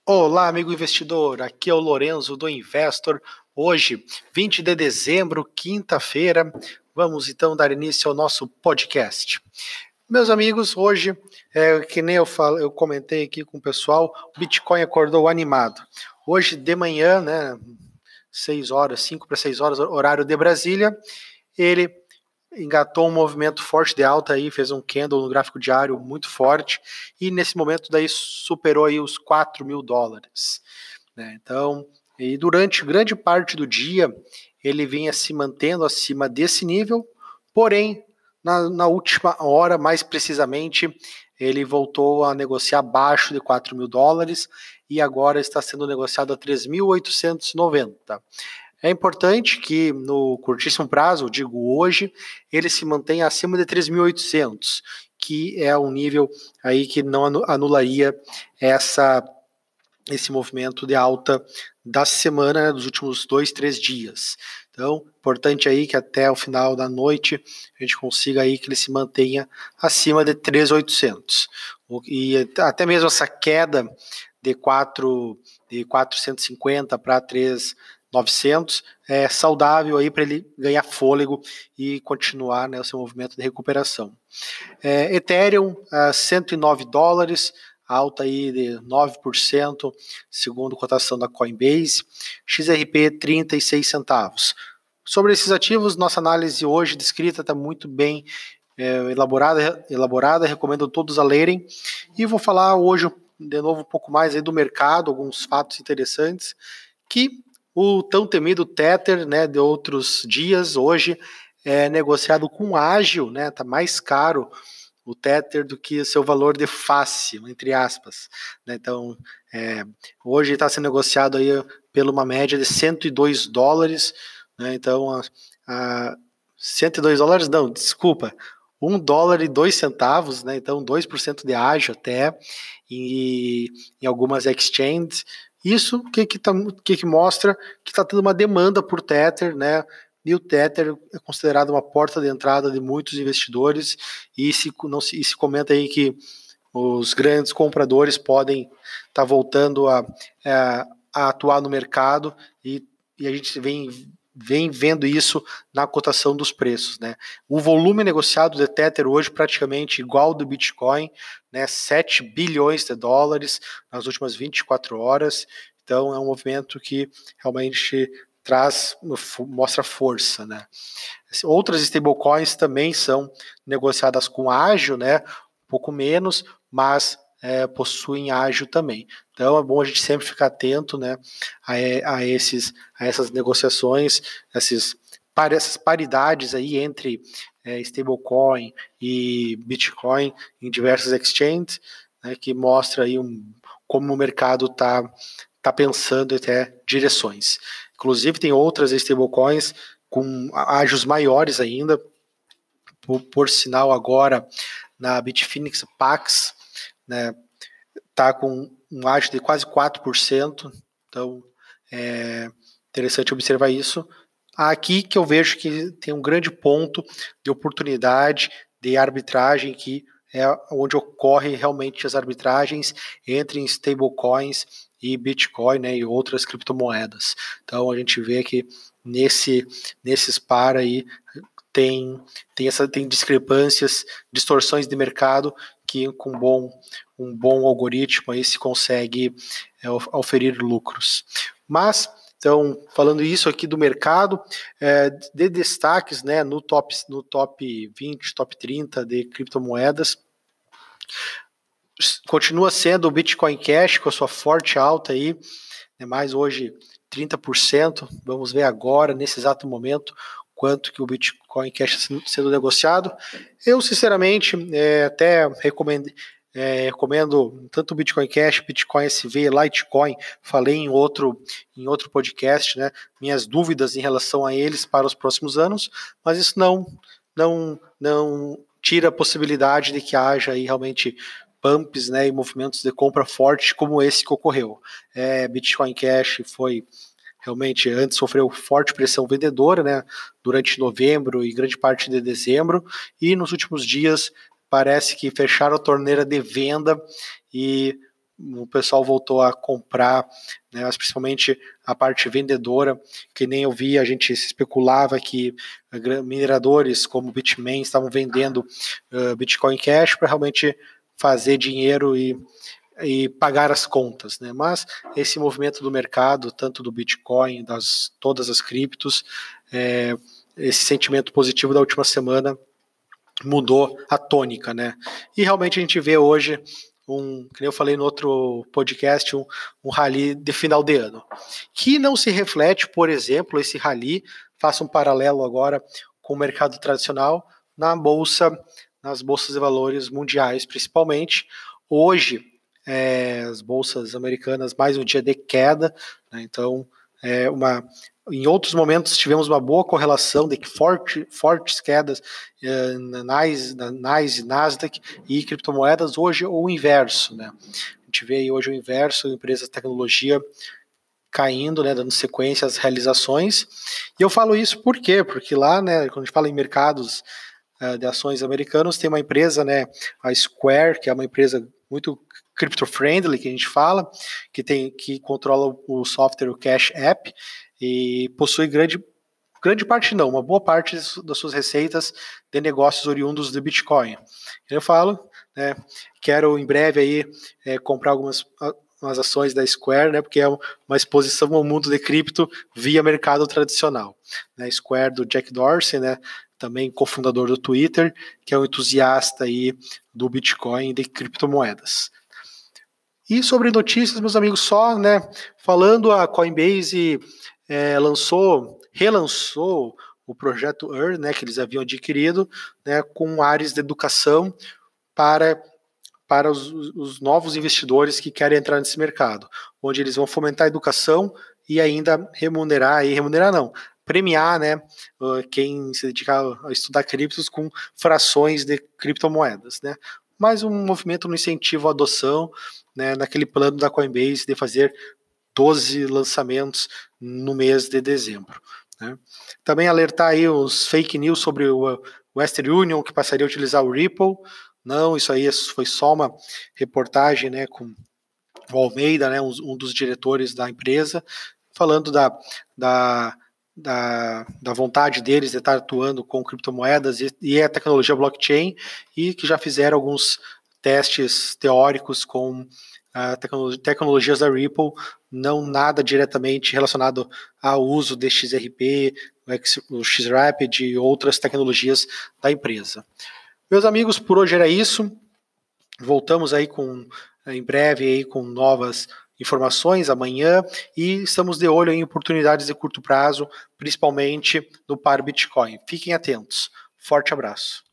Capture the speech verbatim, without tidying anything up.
Olá, amigo investidor, aqui é o Lorenzo do Investor. Hoje, vinte de dezembro, quinta-feira, vamos então dar início ao nosso podcast. Meus amigos, hoje, é, que nem eu, falo, eu comentei aqui com o pessoal, o Bitcoin acordou animado. Hoje de manhã, né, seis horas, cinco para seis horas, horário de Brasília, ele engatou um movimento forte de alta aí, fez um candle no gráfico diário muito forte e nesse momento daí superou aí os quatro mil dólares, né? Então, e durante grande parte do dia ele vinha se mantendo acima desse nível, porém na, na última hora, mais precisamente, ele voltou a negociar abaixo de quatro mil dólares e agora está sendo negociado a três mil oitocentos e noventa. É importante que no curtíssimo prazo, digo hoje, ele se mantenha acima de três mil e oitocentos, que é um nível aí que não anularia essa, esse movimento de alta da semana, né, dos últimos dois, três dias. Então, importante aí que até o final da noite a gente consiga aí que ele se mantenha acima de três mil e oitocentos. E até mesmo essa queda de, quatro, de quatrocentos e cinquenta para três mil e novecentos é saudável aí para ele ganhar fôlego e continuar, né, o seu movimento de recuperação. É, Ethereum a cento e nove dólares, alta aí de nove por cento, segundo cotação da Coinbase. X R P trinta e seis centavos. Sobre esses ativos, nossa análise hoje descrita está muito bem é, elaborada, elaborada, recomendo todos a lerem. E vou falar hoje de novo um pouco mais aí do mercado, alguns fatos interessantes, que o tão temido Tether, né, de outros dias, hoje é negociado com ágil, né, tá mais caro o Tether do que seu valor de face, entre aspas, né? Então, é, hoje está sendo negociado aí pela uma média de cento e dois dólares, né? Então, a, a cento e dois dólares, não, desculpa, um dólar e dois centavos, né? Então, dois por cento de ágio até, e, em algumas exchanges. Isso que, que, tá, que, que mostra que está tendo uma demanda por Tether, né? E o Tether é considerado uma porta de entrada de muitos investidores e se, não se, e se comenta aí que os grandes compradores podem estar tá voltando a, a, a atuar no mercado e, e a gente vem vem vendo isso na cotação dos preços, né? O volume negociado de Tether hoje praticamente igual ao do Bitcoin, né? sete bilhões de dólares nas últimas vinte e quatro horas. Então é um movimento que realmente traz, mostra força, né? Outras stablecoins também são negociadas com ágio, né? Um pouco menos, mas é, possuem ágio também. Então é bom a gente sempre ficar atento, né, a, a, esses, a essas negociações, esses, essas paridades aí entre é, stablecoin e Bitcoin em diversas exchanges, né, que mostra aí um, como o mercado está tá pensando até direções. Inclusive tem outras stablecoins com ágios maiores ainda, por, por sinal agora na Bitfinex Pax, né, tá com um ágio de quase quatro por cento, então é interessante observar isso. Aqui que eu vejo que tem um grande ponto de oportunidade de arbitragem, que é onde ocorre realmente as arbitragens entre stablecoins e Bitcoin, né, e outras criptomoedas. Então a gente vê que nesse, nesses par aí tem, tem, essa, tem discrepâncias, distorções de mercado que com bom, um bom algoritmo aí se consegue é, oferir lucros. Mas, então, falando isso aqui do mercado, é, de destaques, né, no top, no top vinte, top trinta de criptomoedas, continua sendo o Bitcoin Cash com a sua forte alta aí, né, mais hoje trinta por cento. Vamos ver agora, nesse exato momento, quanto que o Bitcoin Cash está sendo negociado. Eu, sinceramente, é, até recomendo, é, recomendo tanto o Bitcoin Cash, Bitcoin S V, Litecoin, falei em outro, em outro podcast, né, minhas dúvidas em relação a eles para os próximos anos, mas isso não, não, não tira a possibilidade de que haja aí realmente pumps, né, e movimentos de compra forte como esse que ocorreu. É, Bitcoin Cash foi realmente antes sofreu forte pressão vendedora, né, durante novembro e grande parte de dezembro, e nos últimos dias parece que fecharam a torneira de venda e o pessoal voltou a comprar, né, mas principalmente a parte vendedora, que nem eu vi, a gente especulava que mineradores como o Bitmain estavam vendendo uh, Bitcoin Cash para realmente fazer dinheiro e, e pagar as contas, né? Mas esse movimento do mercado, tanto do Bitcoin, das todas as criptos, é, esse sentimento positivo da última semana mudou a tônica, né? E realmente a gente vê hoje um, que eu falei no outro podcast, um, um rally de final de ano, que não se reflete, por exemplo, esse rally, faça um paralelo agora com o mercado tradicional, na bolsa, nas bolsas de valores mundiais, principalmente. Hoje, é, as bolsas americanas, mais um dia de queda, né? Então, é uma... Em outros momentos tivemos uma boa correlação de que forte, fortes quedas eh, na NYSE, na NYSE, Nasdaq e criptomoedas, hoje o inverso, né? A gente vê aí hoje o inverso, empresas de tecnologia caindo, né, dando sequência às realizações. E eu falo isso por quê? Porque lá, né, quando a gente fala em mercados uh, de ações americanos, tem uma empresa, né, a Square, que é uma empresa muito crypto-friendly, que a gente fala, que, tem, que controla o software, o Cash App, e possui grande, grande parte não, uma boa parte das suas receitas de negócios oriundos do Bitcoin. Eu falo, né, quero em breve aí é, comprar algumas umas ações da Square, né, porque é uma exposição ao mundo de cripto via mercado tradicional. Né, Square do Jack Dorsey, né, também cofundador do Twitter, que é um entusiasta aí do Bitcoin e de criptomoedas. E sobre notícias, meus amigos, só, né, falando, a Coinbase é, lançou, relançou o projeto Earn, né, que eles haviam adquirido, né, com áreas de educação para, para os, os novos investidores que querem entrar nesse mercado, onde eles vão fomentar a educação e ainda remunerar, e remunerar não, premiar, né, quem se dedicar a estudar criptos com frações de criptomoedas, né, mais um movimento no incentivo à adoção, né, naquele plano da Coinbase de fazer doze lançamentos no mês de dezembro. Né. Também alertar aí os fake news sobre o Western Union, que passaria a utilizar o Ripple. Não, isso aí foi só uma reportagem, né, com o Almeida, né, um, um dos diretores da empresa, falando da, da, da, da vontade deles de estar atuando com criptomoedas e, e a tecnologia blockchain, e que já fizeram alguns testes teóricos com a tecnologia, tecnologias da Ripple, não nada diretamente relacionado ao uso de X R P, o Xrapid e outras tecnologias da empresa. Meus amigos, por hoje era isso. Voltamos aí com, em breve aí com novas informações amanhã, e estamos de olho em oportunidades de curto prazo, principalmente no par Bitcoin. Fiquem atentos. Forte abraço.